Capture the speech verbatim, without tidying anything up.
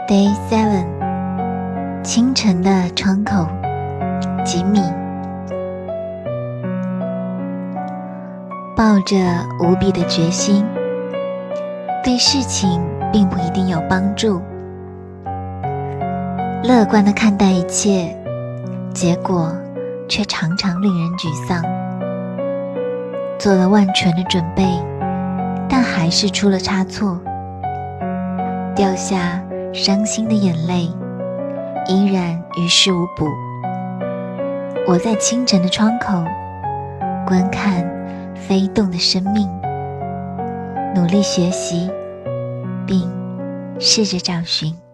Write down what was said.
Day seven 清晨的窗口，吉米。抱着无比的决心，对事情并不一定有帮助。乐观地看待一切，结果却常常令人沮丧。做了万全的准备，但还是出了差错，掉下伤心的眼泪，依然于事无补。我在清晨的窗口观看飞动的生命，努力学习，并试着找寻